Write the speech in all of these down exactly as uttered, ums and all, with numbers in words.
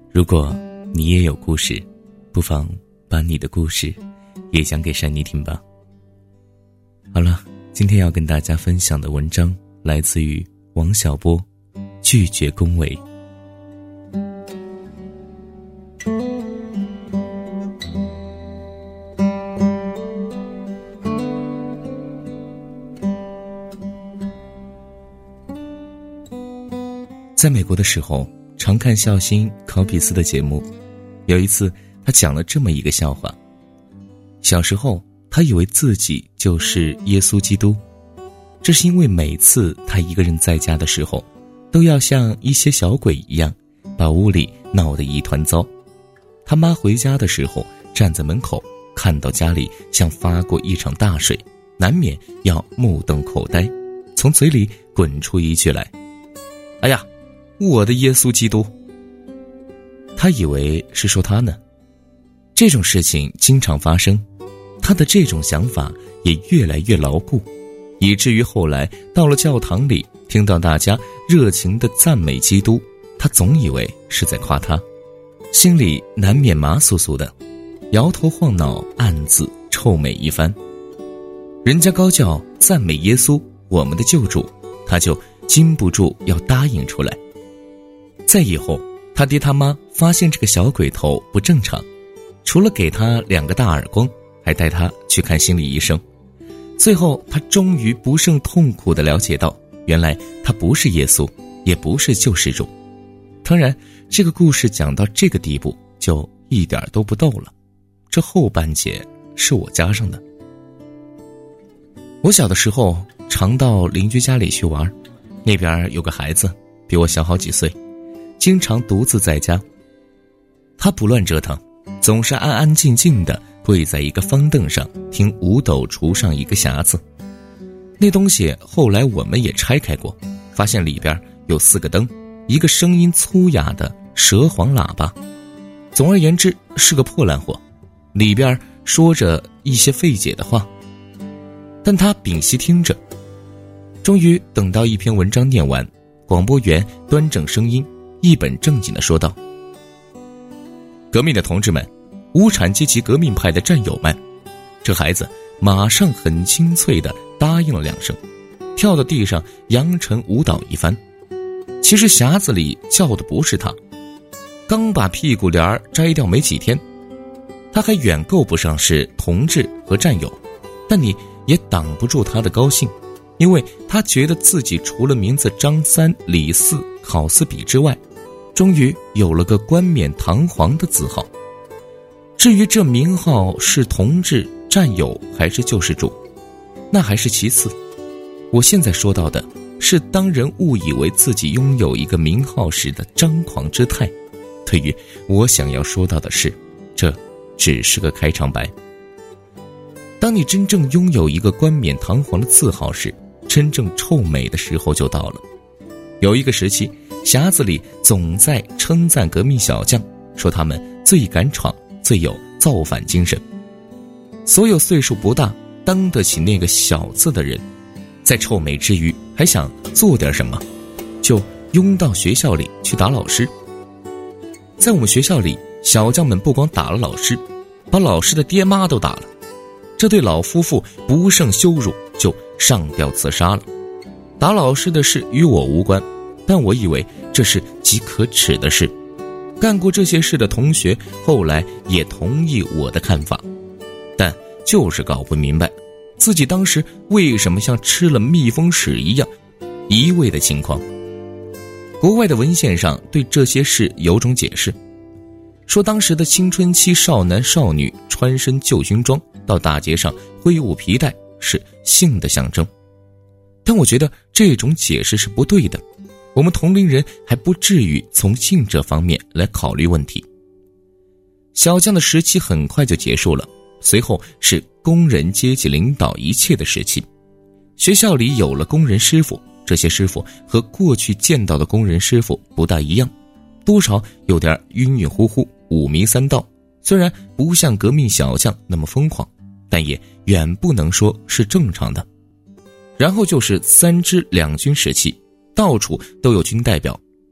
如果你也有故事，不妨把你的故事也讲给珊妮听吧。好了，今天要跟大家分享的文章来自于王小波，拒绝恭维。在美国的时候，常看孝心考比斯的节目。有一次他讲了这么一个笑话。小时候他以为自己就是耶稣基督，这是因为每次他一个人在家的时候，都要像一些小鬼一样把屋里闹得一团糟。他妈回家的时候站在门口，看到家里像发过一场大水，难免要目瞪口呆，从嘴里滚出一句来：哎呀，我的耶稣基督。他以为是说他呢。这种事情经常发生，他的这种想法也越来越牢固，以至于后来到了教堂里，听到大家热情地赞美基督，他总以为是在夸他，心里难免麻酥酥的，摇头晃脑，暗自臭美一番。人家高叫赞美耶稣，我们的救主，他就禁不住要答应出来。再以后，他爹他妈发现这个小鬼头不正常，除了给他两个大耳光，还带他去看心理医生。最后他终于不胜痛苦地了解到，原来他不是耶稣，也不是救世主。当然，这个故事讲到这个地步就一点都不逗了，这后半截是我加上的。我小的时候常到邻居家里去玩，那边有个孩子比我小好几岁，经常独自在家。他不乱折腾，总是安安静静地跪在一个方凳上听五斗橱上一个匣子。那东西后来我们也拆开过，发现里边有四个灯，一个声音粗哑的蛇簧喇叭。总而言之，是个破烂货，里边说着一些费解的话。但他屏息听着，终于等到一篇文章念完，广播员端正声音，一本正经地说道：革命的同志们，无产阶级革命派的战友们。这孩子马上很清脆地答应了两声，跳到地上扬尘舞蹈一番。其实匣子里叫的不是他，刚把屁股帘摘掉没几天，他还远够不上是同志和战友，但你也挡不住他的高兴，因为他觉得自己除了名字张三、李四、考斯比之外，终于有了个冠冕堂皇的字号。至于这名号是同志、战友还是救世主，那还是其次。我现在说到的是当人误以为自己拥有一个名号时的张狂之态。对于我想要说到的是，这只是个开场白。当你真正拥有一个冠冕堂皇的字号时，真正臭美的时候就到了。有一个时期，匣子里总在称赞革命小将，说他们最敢闯，最有造反精神。所有岁数不大，当得起那个小字的人，在臭美之余还想做点什么，就拥到学校里去打老师。在我们学校里，小将们不光打了老师，把老师的爹妈都打了。这对老夫妇不胜羞辱，就上吊自杀了。打老师的事与我无关，但我以为这是极可耻的事。干过这些事的同学后来也同意我的看法，但就是搞不明白自己当时为什么像吃了蜜蜂屎一样一味的情况。国外的文献上对这些事有种解释，说当时的青春期少男少女穿身旧军装到大街上挥舞皮带是性的象征，但我觉得这种解释是不对的。我们同龄人还不至于从性这方面来考虑问题。小将的时期很快就结束了，随后是工人阶级领导一切的时期。学校里有了工人师傅，这些师傅和过去见到的工人师傅不大一样，多少有点晕晕乎乎、五迷三道，虽然不像革命小将那么疯狂，但也远不能说是正常的。然后就是三支两军时期，到处都有军代表，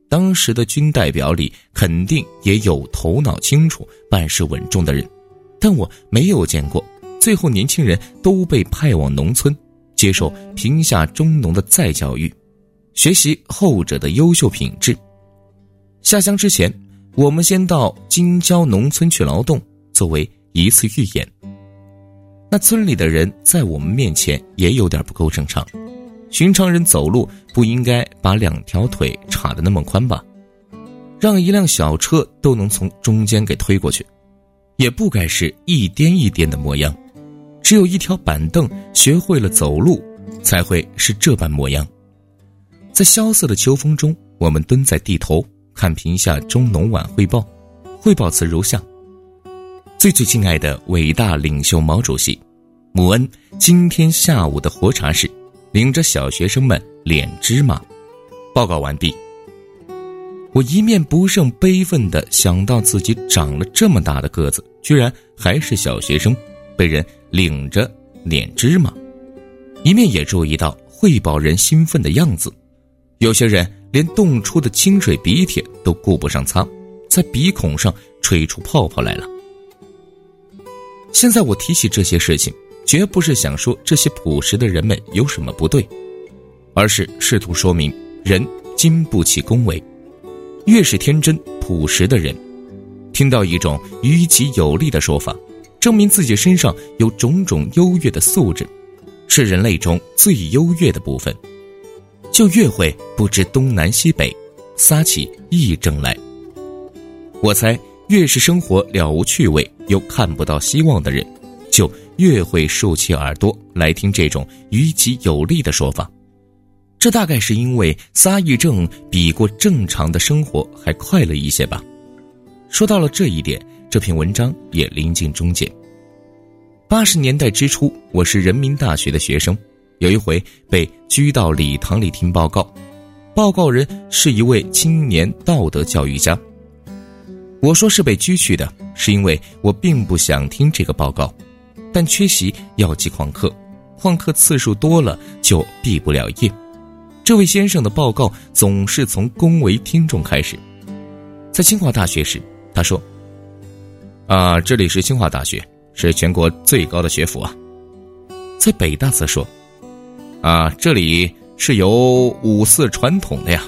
当时的军代表里肯定也有头脑清楚、办事稳重的人，但我没有见过。最后年轻人都被派往农村，接受贫下中农的再教育，学习后者的优秀品质。下乡之前，我们先到京郊农村去劳动，作为一次预演。那村里的人在我们面前也有点不够正常，寻常人走路不应该把两条腿叉得那么宽吧，让一辆小车都能从中间给推过去，也不该是一颠一颠的模样，只有一条板凳学会了走路才会是这般模样。在萧瑟的秋风中，我们蹲在地头看贫下中农晚汇报，汇报词如下：最最敬爱的伟大领袖毛主席，母恩今天下午的活茶是领着小学生们敛芝麻。报告完毕。我一面不胜悲愤地想到自己长了这么大的个子，居然还是小学生，被人领着敛芝麻，一面也注意到汇报人兴奋的样子，有些人连冻出的清水鼻涕都顾不上擦，在鼻孔上吹出泡泡来了。现在我提起这些事情，绝不是想说这些朴实的人们有什么不对，而是试图说明人经不起恭维。越是天真朴实的人，听到一种于己有利的说法，证明自己身上有种种优越的素质，是人类中最优越的部分，就越会不知东南西北，撒起癔症来。我猜越是生活了无趣味又看不到希望的人，就越会竖起耳朵来听这种于己有利的说法。这大概是因为撒癔症比过正常的生活还快乐一些吧。说到了这一点，这篇文章也临近终结。八十年代之初，我是人民大学的学生，有一回被拘到礼堂里听报告，报告人是一位青年道德教育家。我说是被拘去的，是因为我并不想听这个报告，但缺席要记旷课，旷课次数多了就毕不了业。这位先生的报告总是从恭维听众开始。在清华大学时，他说啊，这里是清华大学，是全国最高的学府啊。在北大则说啊，这里是有五四传统的呀。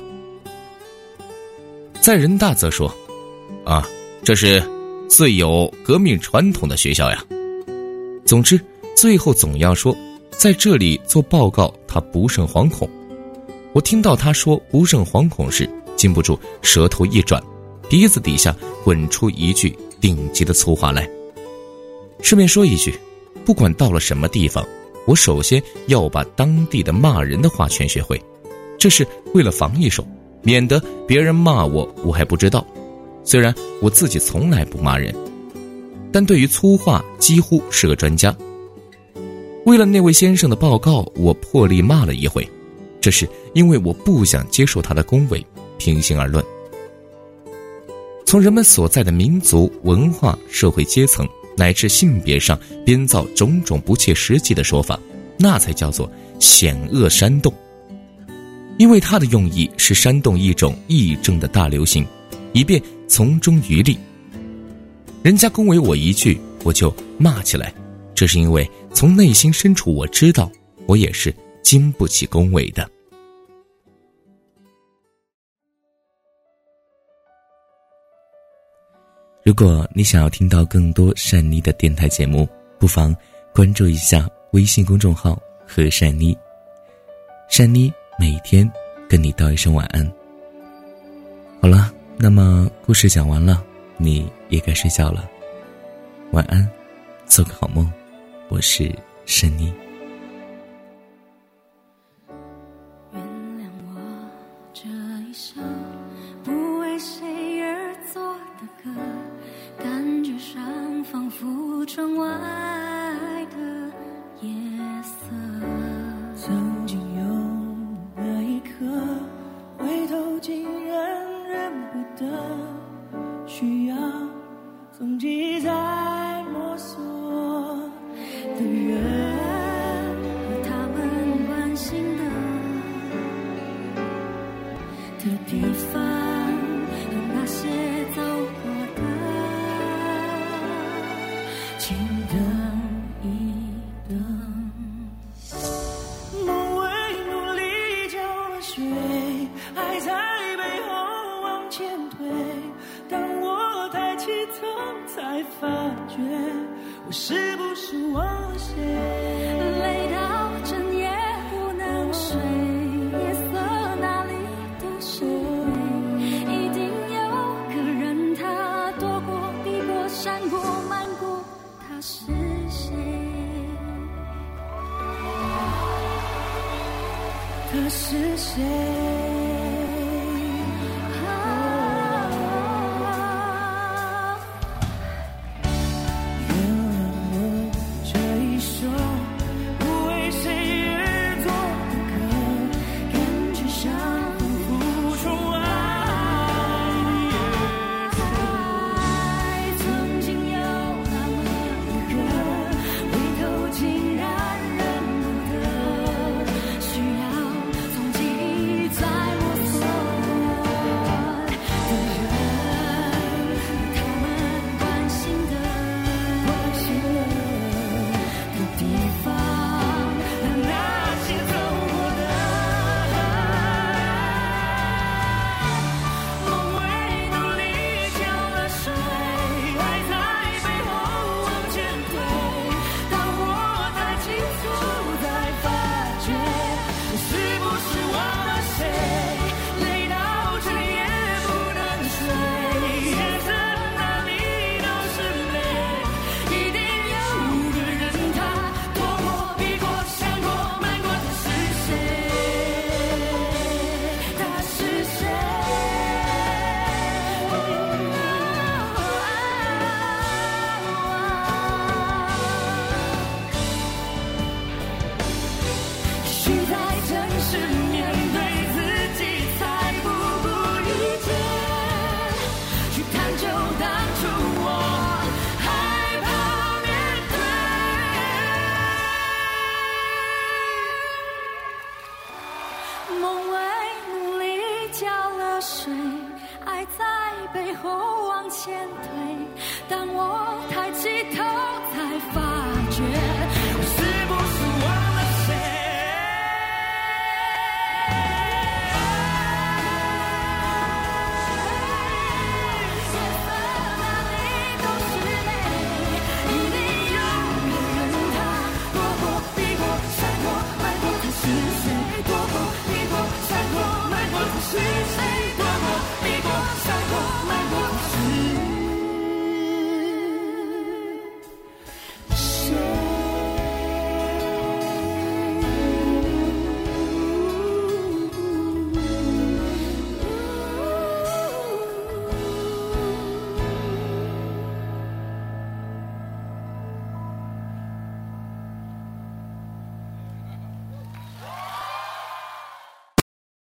在人大则说啊，这是最有革命传统的学校呀。总之最后总要说，在这里做报告他不胜惶恐。我听到他说不胜惶恐时，禁不住舌头一转，鼻子底下滚出一句顶级的粗话来。顺便说一句，不管到了什么地方，我首先要把当地的骂人的话全学会，这是为了防一手，免得别人骂我我还不知道。虽然我自己从来不骂人，但对于粗话几乎是个专家。为了那位先生的报告，我破例骂了一回，这是因为我不想接受他的恭维。平心而论，从人们所在的民族、文化、社会阶层乃至性别上编造种种不切实际的说法，那才叫做险恶煽动。因为他的用意是煽动一种议政的大流行，以便从中渔利。人家恭维我一句，我就骂起来，这是因为从内心深处我知道，我也是经不起恭维的。如果你想要听到更多善妮的电台节目，不妨关注一下微信公众号和善妮。善妮每天跟你道一声晚安。好了，那么故事讲完了，你也该睡觉了。晚安，做个好梦。我是善妮。 原谅我这一首不为谁而作的歌，感觉上仿佛窗外的夜色。 曾经有那一刻，回头竟然认不得，需要从记在摸索的人和他们关心的的地方。 起头才发觉，我是不是我谁？ 累到整夜不能睡，夜色哪里都是泪，一定有个人他躲过避过闪过瞒过，他是谁？ 他是谁？ 梦为努力浇了水，爱在背后往前推，但我